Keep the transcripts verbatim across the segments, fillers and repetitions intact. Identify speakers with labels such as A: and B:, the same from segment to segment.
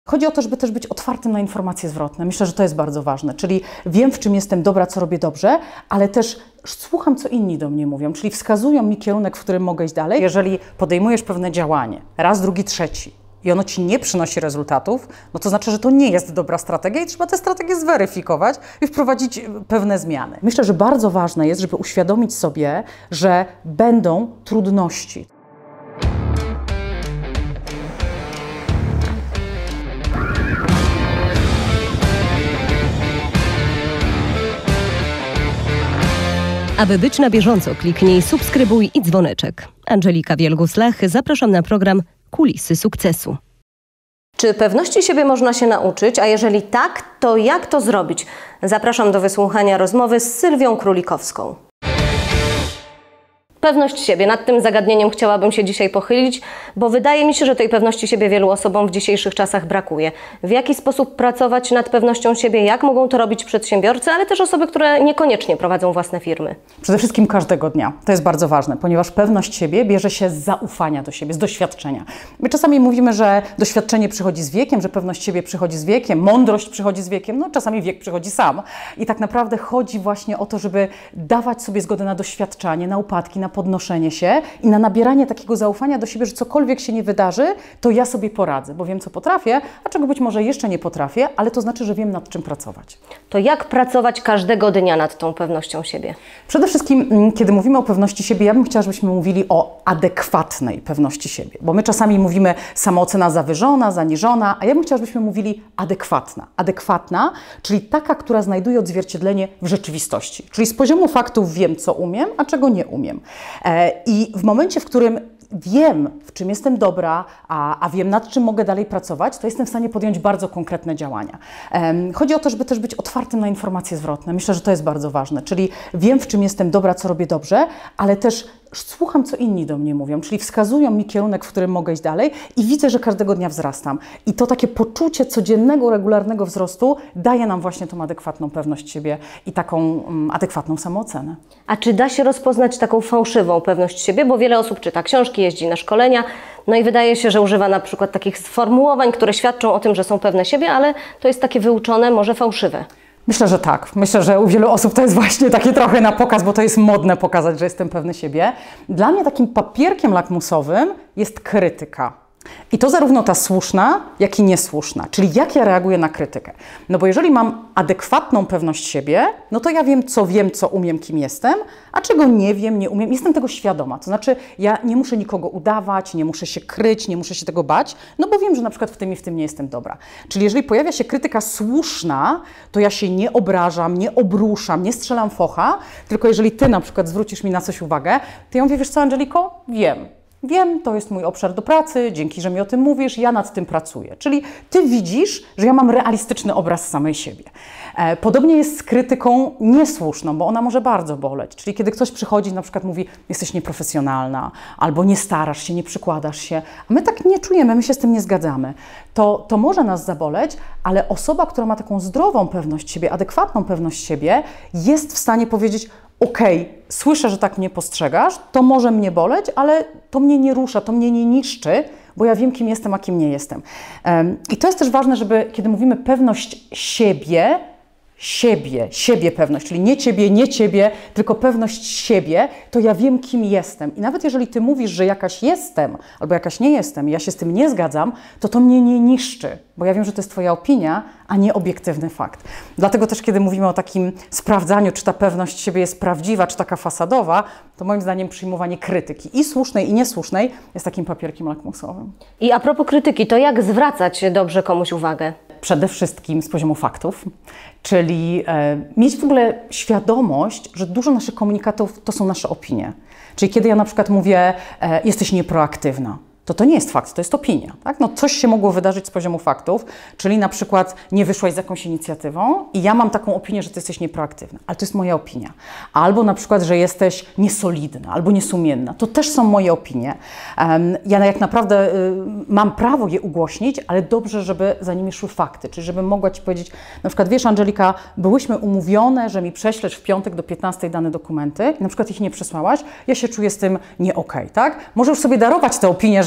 A: Chodzi o to, żeby też być otwartym na informacje zwrotne. Myślę, że to jest bardzo ważne. Czyli wiem, w czym jestem dobra, co robię dobrze, ale też słucham, co inni do mnie mówią, czyli wskazują mi kierunek, w którym mogę iść dalej. Jeżeli podejmujesz pewne działanie, raz, drugi, trzeci, i ono Ci nie przynosi rezultatów, no to znaczy, że to nie jest dobra strategia i trzeba tę strategię zweryfikować i wprowadzić pewne zmiany. Myślę, że bardzo ważne jest, żeby uświadomić sobie, że będą trudności.
B: Aby być na bieżąco, kliknij subskrybuj i dzwoneczek. Angelika Wielgus-Lach, zapraszam na program Kulisy Sukcesu.
C: Czy pewności siebie można się nauczyć, a jeżeli tak, to jak to zrobić? Zapraszam do wysłuchania rozmowy z Sylwią Królikowską. Pewność siebie. Nad tym zagadnieniem chciałabym się dzisiaj pochylić, bo wydaje mi się, że tej pewności siebie wielu osobom w dzisiejszych czasach brakuje. W jaki sposób pracować nad pewnością siebie, jak mogą to robić przedsiębiorcy, ale też osoby, które niekoniecznie prowadzą własne firmy?
A: Przede wszystkim każdego dnia. To jest bardzo ważne, ponieważ pewność siebie bierze się z zaufania do siebie, z doświadczenia. My czasami mówimy, że doświadczenie przychodzi z wiekiem, że pewność siebie przychodzi z wiekiem, mądrość przychodzi z wiekiem, no czasami wiek przychodzi sam. I tak naprawdę chodzi właśnie o to, żeby dawać sobie zgodę na doświadczanie, na upadki, na podnoszenie się i na nabieranie takiego zaufania do siebie, że cokolwiek się nie wydarzy, to ja sobie poradzę, bo wiem, co potrafię, a czego być może jeszcze nie potrafię, ale to znaczy, że wiem, nad czym pracować.
C: To jak pracować każdego dnia nad tą pewnością siebie?
A: Przede wszystkim, kiedy mówimy o pewności siebie, ja bym chciała, żebyśmy mówili o adekwatnej pewności siebie, bo my czasami mówimy samoocena zawyżona, zaniżona, a ja bym chciała, żebyśmy mówili adekwatna. Adekwatna, czyli taka, która znajduje odzwierciedlenie w rzeczywistości. Czyli z poziomu faktów wiem, co umiem, a czego nie umiem. I w momencie, w którym wiem, w czym jestem dobra, a, a wiem, nad czym mogę dalej pracować, to jestem w stanie podjąć bardzo konkretne działania. Chodzi o to, żeby też być otwartym na informacje zwrotne. Myślę, że to jest bardzo ważne. Czyli wiem, w czym jestem dobra, co robię dobrze, ale też słucham, co inni do mnie mówią, czyli wskazują mi kierunek, w którym mogę iść dalej i widzę, że każdego dnia wzrastam. I to takie poczucie codziennego, regularnego wzrostu daje nam właśnie tą adekwatną pewność siebie i taką um, adekwatną samoocenę.
C: A czy da się rozpoznać taką fałszywą pewność siebie? Bo wiele osób czyta książki, jeździ na szkolenia, no i wydaje się, że używa na przykład takich sformułowań, które świadczą o tym, że są pewne siebie, ale to jest takie wyuczone, może fałszywe.
A: Myślę, że tak. Myślę, że u wielu osób to jest właśnie takie trochę na pokaz, bo to jest modne pokazać, że jestem pewny siebie. Dla mnie takim papierkiem lakmusowym jest krytyka. I to zarówno ta słuszna, jak i niesłuszna, czyli jak ja reaguję na krytykę. No bo jeżeli mam adekwatną pewność siebie, no to ja wiem, co wiem, co umiem, kim jestem, a czego nie wiem, nie umiem, jestem tego świadoma. To znaczy, ja nie muszę nikogo udawać, nie muszę się kryć, nie muszę się tego bać, no bo wiem, że na przykład w tym i w tym nie jestem dobra. Czyli jeżeli pojawia się krytyka słuszna, to ja się nie obrażam, nie obruszam, nie strzelam focha, tylko jeżeli ty na przykład zwrócisz mi na coś uwagę, to ja mówię, wiesz co, Angeliko? Wiem. Wiem, to jest mój obszar do pracy, dzięki, że mi o tym mówisz, ja nad tym pracuję. Czyli ty widzisz, że ja mam realistyczny obraz samej siebie. E, podobnie jest z krytyką niesłuszną, bo ona może bardzo boleć. Czyli kiedy ktoś przychodzi i na przykład mówi, jesteś nieprofesjonalna, albo nie starasz się, nie przykładasz się, a my tak nie czujemy, my się z tym nie zgadzamy. To, to może nas zaboleć, ale osoba, która ma taką zdrową pewność siebie, adekwatną pewność siebie, jest w stanie powiedzieć, okej, okay, słyszę, że tak mnie postrzegasz, to może mnie boleć, ale to mnie nie rusza, to mnie nie niszczy, bo ja wiem, kim jestem, a kim nie jestem. Um, I to jest też ważne, żeby kiedy mówimy pewność siebie, siebie, siebie pewność, czyli nie ciebie, nie ciebie, tylko pewność siebie, to ja wiem, kim jestem. I nawet jeżeli ty mówisz, że jakaś jestem, albo jakaś nie jestem i ja się z tym nie zgadzam, to to mnie nie niszczy, bo ja wiem, że to jest twoja opinia, a nie obiektywny fakt. Dlatego też, kiedy mówimy o takim sprawdzaniu, czy ta pewność siebie jest prawdziwa, czy taka fasadowa, to moim zdaniem przyjmowanie krytyki i słusznej, i niesłusznej jest takim papierkiem lakmusowym.
C: I a propos krytyki, to jak zwracać dobrze komuś uwagę?
A: Przede wszystkim z poziomu faktów, czyli e, mieć w ogóle świadomość, że dużo naszych komunikatów to są nasze opinie. Czyli kiedy ja na przykład mówię, e, jesteś nieproaktywna, to to nie jest fakt, to jest opinia. Tak? No coś się mogło wydarzyć z poziomu faktów, czyli na przykład nie wyszłaś z jakąś inicjatywą i ja mam taką opinię, że ty jesteś nieproaktywna, ale to jest moja opinia. Albo na przykład, że jesteś niesolidna albo niesumienna, to też są moje opinie. Um, ja jak naprawdę y, mam prawo je ugłośnić, ale dobrze, żeby za nimi szły fakty, czyli żebym mogła ci powiedzieć, na przykład wiesz, Angelika, byłyśmy umówione, że mi prześlesz w piątek do piętnastej dane dokumenty i na przykład ich nie przesłałaś, ja się czuję z tym nie okej, tak? Możesz sobie darować tę opinię, że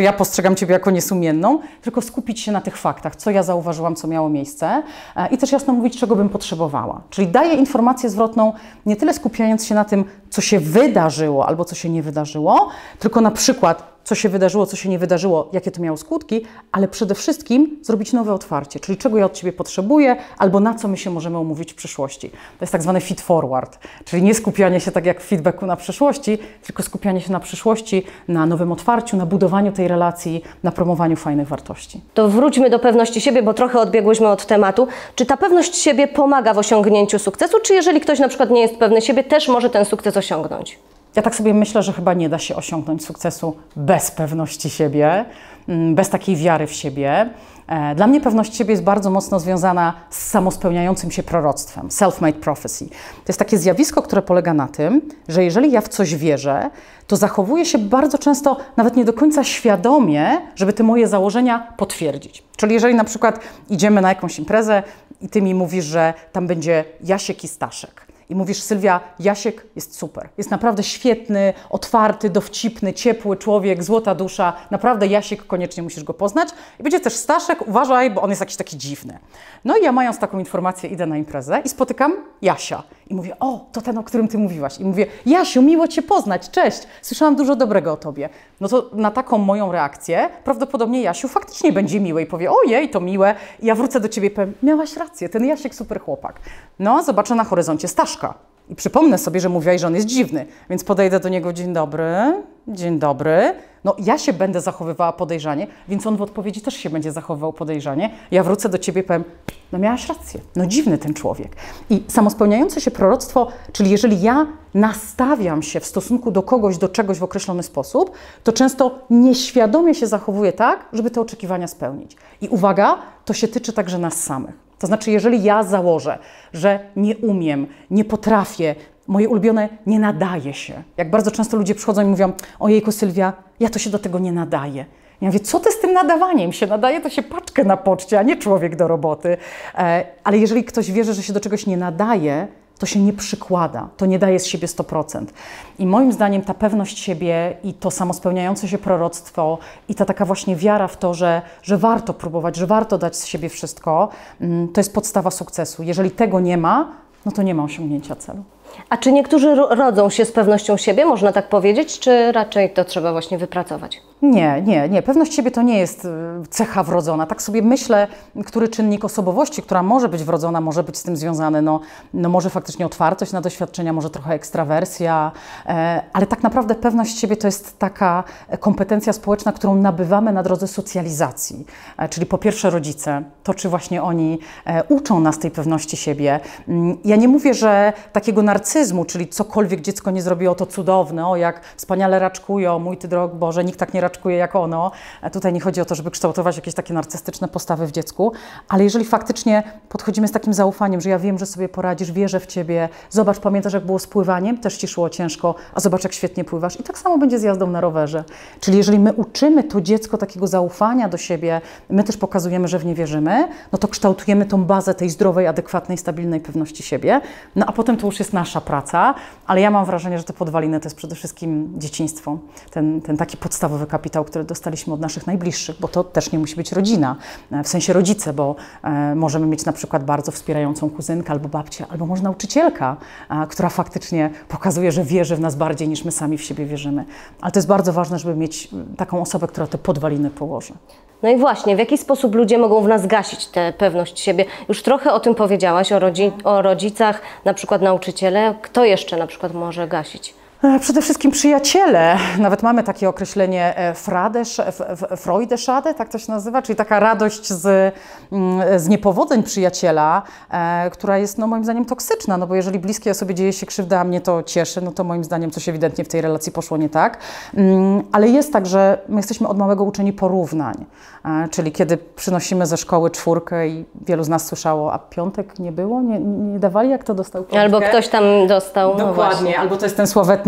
A: że ja postrzegam Ciebie jako niesumienną, tylko skupić się na tych faktach, co ja zauważyłam, co miało miejsce i też jasno mówić, czego bym potrzebowała. Czyli daję informację zwrotną, nie tyle skupiając się na tym, co się wydarzyło albo co się nie wydarzyło, tylko na przykład, co się wydarzyło, co się nie wydarzyło, jakie to miało skutki, ale przede wszystkim zrobić nowe otwarcie, czyli czego ja od Ciebie potrzebuję, albo na co my się możemy umówić w przyszłości. To jest tak zwany feed forward, czyli nie skupianie się tak jak w feedbacku na przyszłości, tylko skupianie się na przyszłości, na nowym otwarciu, na budowaniu tej relacji, na promowaniu fajnych wartości.
C: To wróćmy do pewności siebie, bo trochę odbiegłyśmy od tematu. Czy ta pewność siebie pomaga w osiągnięciu sukcesu, czy jeżeli ktoś na przykład nie jest pewny siebie, też może ten sukces osiągnąć?
A: Ja tak sobie myślę, że chyba nie da się osiągnąć sukcesu bez pewności siebie, bez takiej wiary w siebie. Dla mnie pewność siebie jest bardzo mocno związana z samospełniającym się proroctwem, self-made prophecy. To jest takie zjawisko, które polega na tym, że jeżeli ja w coś wierzę, to zachowuję się bardzo często nawet nie do końca świadomie, żeby te moje założenia potwierdzić. Czyli jeżeli na przykład idziemy na jakąś imprezę i Ty mi mówisz, że tam będzie Jasiek i Staszek. I mówisz, Sylwia, Jasiek jest super, jest naprawdę świetny, otwarty, dowcipny, ciepły człowiek, złota dusza, naprawdę Jasiek, koniecznie musisz go poznać. I będzie też Staszek, uważaj, bo on jest jakiś taki dziwny. No i ja mając taką informację idę na imprezę i spotykam Jasia. I mówię, o, to ten, o którym Ty mówiłaś. I mówię, Jasiu, miło Cię poznać, cześć, słyszałam dużo dobrego o Tobie. No to na taką moją reakcję prawdopodobnie Jasiu faktycznie będzie miły i powie, ojej, to miłe. I ja wrócę do Ciebie i powiem, miałaś rację, ten Jasiek super chłopak. No, zobaczę na horyzoncie Staszka. I przypomnę sobie, że mówiłaś, że on jest dziwny, więc podejdę do niego, dzień dobry, dzień dobry. No ja się będę zachowywała podejrzanie, więc on w odpowiedzi też się będzie zachowywał podejrzanie. Ja wrócę do Ciebie i powiem, no miałaś rację, no dziwny ten człowiek. I samospełniające się proroctwo, czyli jeżeli ja nastawiam się w stosunku do kogoś, do czegoś w określony sposób, to często nieświadomie się zachowuję tak, żeby te oczekiwania spełnić. I uwaga, to się tyczy także nas samych. To znaczy, jeżeli ja założę, że nie umiem, nie potrafię, moje ulubione nie nadaje się. Jak bardzo często ludzie przychodzą i mówią, ojejku Sylwia, ja to się do tego nie nadaję. Ja mówię, co ty z tym nadawaniem się nadaje? To się paczkę na poczcie, a nie człowiek do roboty. E, ale jeżeli ktoś wierzy, że się do czegoś nie nadaje, to się nie przykłada, to nie daje z siebie sto procent. I moim zdaniem ta pewność siebie i to samospełniające się proroctwo i ta taka właśnie wiara w to, że, że warto próbować, że warto dać z siebie wszystko, to jest podstawa sukcesu. Jeżeli tego nie ma, no to nie ma osiągnięcia celu.
C: A czy niektórzy rodzą się z pewnością siebie, można tak powiedzieć, czy raczej to trzeba właśnie wypracować?
A: Nie, nie, nie. Pewność siebie to nie jest cecha wrodzona. Tak sobie myślę, który czynnik osobowości, która może być wrodzona, może być z tym związany. No, no może faktycznie otwartość na doświadczenia, może trochę ekstrawersja, e, ale tak naprawdę pewność siebie to jest taka kompetencja społeczna, którą nabywamy na drodze socjalizacji. E, czyli po pierwsze rodzice, to czy właśnie oni e, uczą nas tej pewności siebie. Ja nie mówię, że takiego narcyzmu, czyli cokolwiek dziecko nie zrobiło, to cudowne, o jak wspaniale raczkują, mój Ty drogi Boże, nikt tak nie raczkuje jak ono. Tutaj nie chodzi o to, żeby kształtować jakieś takie narcystyczne postawy w dziecku, ale jeżeli faktycznie podchodzimy z takim zaufaniem, że ja wiem, że sobie poradzisz, wierzę w Ciebie, zobacz, pamiętasz jak było z pływaniem, też Ci szło ciężko, a zobacz jak świetnie pływasz i tak samo będzie z jazdą na rowerze. Czyli jeżeli my uczymy to dziecko takiego zaufania do siebie, my też pokazujemy, że w nie wierzymy, no to kształtujemy tą bazę tej zdrowej, adekwatnej, stabilnej pewności siebie, no a potem to już jest nasza praca, ale ja mam wrażenie, że te podwaliny to jest przede wszystkim dzieciństwo, ten, ten taki podstawowy kapitał, który dostaliśmy od naszych najbliższych, bo to też nie musi być rodzina, w sensie rodzice, bo e, możemy mieć na przykład bardzo wspierającą kuzynkę albo babcię, albo może nauczycielka, a, która faktycznie pokazuje, że wierzy w nas bardziej niż my sami w siebie wierzymy. Ale to jest bardzo ważne, żeby mieć taką osobę, która te podwaliny położy.
C: No i właśnie, w jaki sposób ludzie mogą w nas gasić tę pewność siebie? Już trochę o tym powiedziałaś, o, rodzi o rodzicach, na przykład nauczyciele. Kto jeszcze na przykład może gasić?
A: Przede wszystkim przyjaciele. Nawet mamy takie określenie Freudeschade, tak to się nazywa, czyli taka radość z, z niepowodzeń przyjaciela, e, która jest no, moim zdaniem toksyczna, no bo jeżeli bliskie osobie dzieje się krzywda, a mnie to cieszy, no to moim zdaniem coś ewidentnie w tej relacji poszło nie tak. Mm, ale jest tak, że my jesteśmy od małego uczeni porównań, e, czyli kiedy przynosimy ze szkoły czwórkę i wielu z nas słyszało, a piątek nie było? Nie, nie dawali, jak to dostał piątkę?
C: Albo ktoś tam dostał.
A: Dokładnie,
C: no
A: albo to jest ten sławetny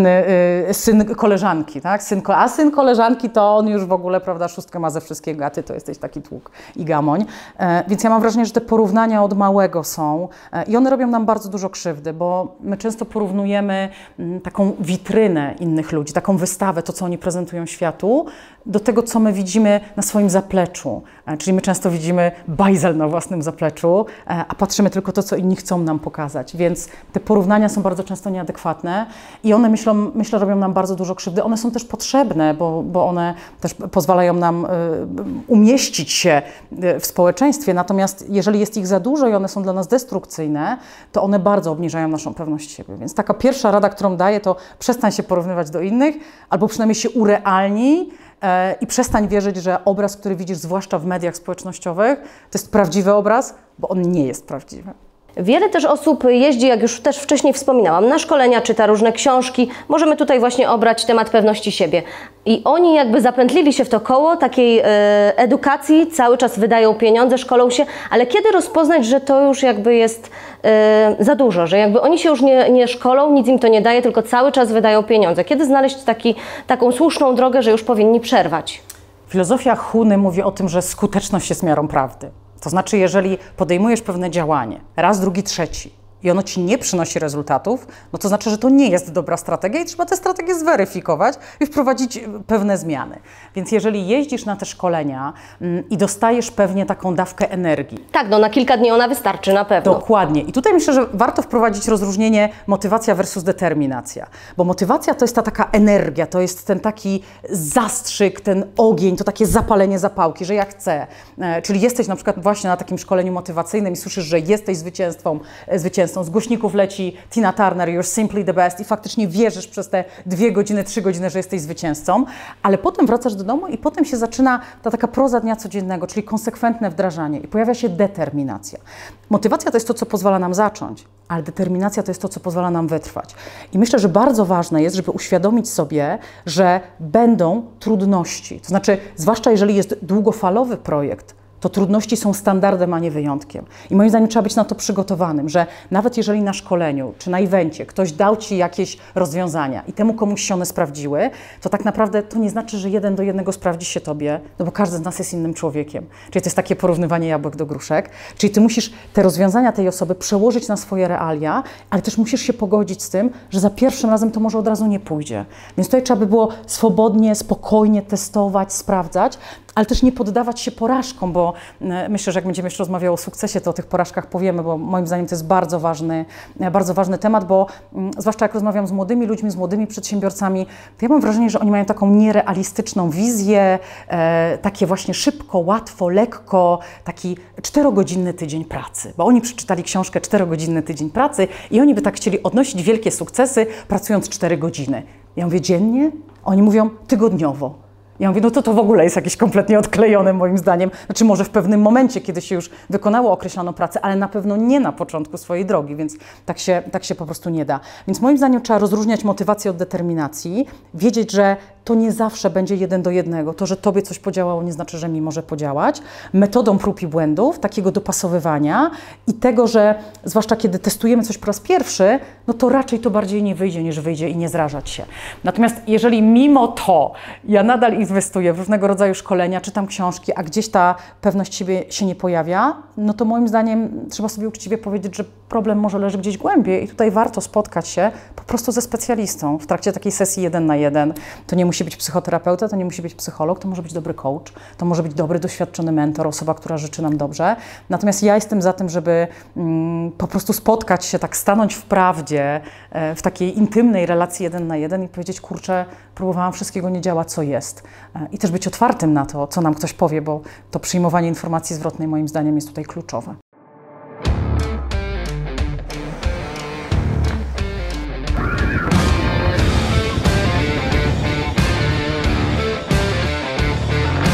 A: konkretny y, syn koleżanki, tak? Syn, a syn koleżanki to on już w ogóle, prawda, szóstkę ma ze wszystkiego, a ty to jesteś taki tłuk i gamoń. E, więc ja mam wrażenie, że te porównania od małego są e, i one robią nam bardzo dużo krzywdy, bo my często porównujemy m, taką witrynę innych ludzi, taką wystawę, to co oni prezentują światu, do tego, co my widzimy na swoim zapleczu. E, czyli my często widzimy bajzel na własnym zapleczu, e, a patrzymy tylko to, co inni chcą nam pokazać. Więc te porównania są bardzo często nieadekwatne i one, myślą, myślę, robią nam bardzo dużo krzywdy. One są też potrzebne, bo, bo one też pozwalają nam y, umieścić się w społeczeństwie. Natomiast jeżeli jest ich za dużo i one są dla nas destrukcyjne, to one bardzo obniżają naszą pewność siebie. Więc taka pierwsza rada, którą daję, to przestań się porównywać do innych, albo przynajmniej się urealnij e, i przestań wierzyć, że obraz, który widzisz, zwłaszcza w mediach społecznościowych, to jest prawdziwy obraz, bo on nie jest prawdziwy.
C: Wiele też osób jeździ, jak już też wcześniej wspominałam, na szkolenia, czyta różne książki. Możemy tutaj właśnie obrać temat pewności siebie. I oni jakby zapętlili się w to koło takiej e, edukacji, cały czas wydają pieniądze, szkolą się, ale kiedy rozpoznać, że to już jakby jest e, za dużo, że jakby oni się już nie, nie szkolą, nic im to nie daje, tylko cały czas wydają pieniądze. Kiedy znaleźć taki, taką słuszną drogę, że już powinni przerwać?
A: Filozofia Huny mówi o tym, że skuteczność jest miarą prawdy. To znaczy, jeżeli podejmujesz pewne działanie, raz, drugi, trzeci i ono ci nie przynosi rezultatów, no to znaczy, że to nie jest dobra strategia i trzeba tę strategię zweryfikować i wprowadzić pewne zmiany. Więc jeżeli jeździsz na te szkolenia mm, i dostajesz pewnie taką dawkę energii.
C: Tak, no na kilka dni ona wystarczy na pewno.
A: Dokładnie. I tutaj myślę, że warto wprowadzić rozróżnienie motywacja versus determinacja. Bo motywacja to jest ta taka energia, to jest ten taki zastrzyk, ten ogień, to takie zapalenie zapałki, że ja chcę. E, czyli jesteś na przykład właśnie na takim szkoleniu motywacyjnym i słyszysz, że jesteś zwycięzcą, zwycięzcą. Z głośników leci Tina Turner, you're simply the best i faktycznie wierzysz przez te dwie godziny, trzy godziny, że jesteś zwycięzcą, ale potem wracasz do domu i potem się zaczyna ta taka proza dnia codziennego, czyli konsekwentne wdrażanie i pojawia się determinacja. Motywacja to jest to, co pozwala nam zacząć, ale determinacja to jest to, co pozwala nam wytrwać. I myślę, że bardzo ważne jest, żeby uświadomić sobie, że będą trudności. To znaczy, zwłaszcza jeżeli jest długofalowy projekt, to trudności są standardem, a nie wyjątkiem. I moim zdaniem trzeba być na to przygotowanym, że nawet jeżeli na szkoleniu czy na evencie ktoś dał Ci jakieś rozwiązania i temu komuś się one sprawdziły, to tak naprawdę to nie znaczy, że jeden do jednego sprawdzi się Tobie, no bo każdy z nas jest innym człowiekiem. Czyli to jest takie porównywanie jabłek do gruszek. Czyli Ty musisz te rozwiązania tej osoby przełożyć na swoje realia, ale też musisz się pogodzić z tym, że za pierwszym razem to może od razu nie pójdzie. Więc tutaj trzeba by było swobodnie, spokojnie testować, sprawdzać, ale też nie poddawać się porażkom, bo myślę, że jak będziemy jeszcze rozmawiały o sukcesie, to o tych porażkach powiemy, bo moim zdaniem to jest bardzo ważny, bardzo ważny temat, bo zwłaszcza jak rozmawiam z młodymi ludźmi, z młodymi przedsiębiorcami, to ja mam wrażenie, że oni mają taką nierealistyczną wizję, e, takie właśnie szybko, łatwo, lekko, taki czterogodzinny tydzień pracy, bo oni przeczytali książkę czterogodzinny tydzień pracy i oni by tak chcieli odnosić wielkie sukcesy, pracując cztery godziny. Ja mówię dziennie, oni mówią tygodniowo. Ja mówię, no to to w ogóle jest jakieś kompletnie odklejone moim zdaniem. Znaczy może w pewnym momencie, kiedy się już wykonało określoną pracę, ale na pewno nie na początku swojej drogi, więc tak się, tak się po prostu nie da. Więc moim zdaniem trzeba rozróżniać motywację od determinacji, wiedzieć, że to nie zawsze będzie jeden do jednego. To, że Tobie coś podziałało, nie znaczy, że mi może podziałać. Metodą prób i błędów, takiego dopasowywania i tego, że zwłaszcza kiedy testujemy coś po raz pierwszy, no to raczej to bardziej nie wyjdzie, niż wyjdzie i nie zrażać się. Natomiast jeżeli mimo to ja nadal inwestuję w różnego rodzaju szkolenia, czytam książki, a gdzieś ta pewność siebie się nie pojawia, no to moim zdaniem trzeba sobie uczciwie powiedzieć, że problem może leży gdzieś głębiej i tutaj warto spotkać się po prostu ze specjalistą w trakcie takiej sesji jeden na jeden. To nie musi być psychoterapeuta, to nie musi być psycholog, to może być dobry coach, to może być dobry, doświadczony mentor, osoba, która życzy nam dobrze. Natomiast ja jestem za tym, żeby mm, po prostu spotkać się, tak stanąć w prawdzie, e, w takiej intymnej relacji jeden na jeden i powiedzieć, kurczę, próbowałam wszystkiego, nie działa, co jest. E, I też być otwartym na to, co nam ktoś powie, bo to przyjmowanie informacji zwrotnej moim zdaniem jest tutaj kluczowe.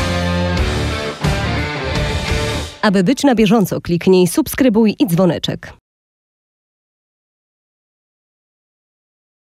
B: Aby być na bieżąco, kliknij subskrybuj i dzwoneczek.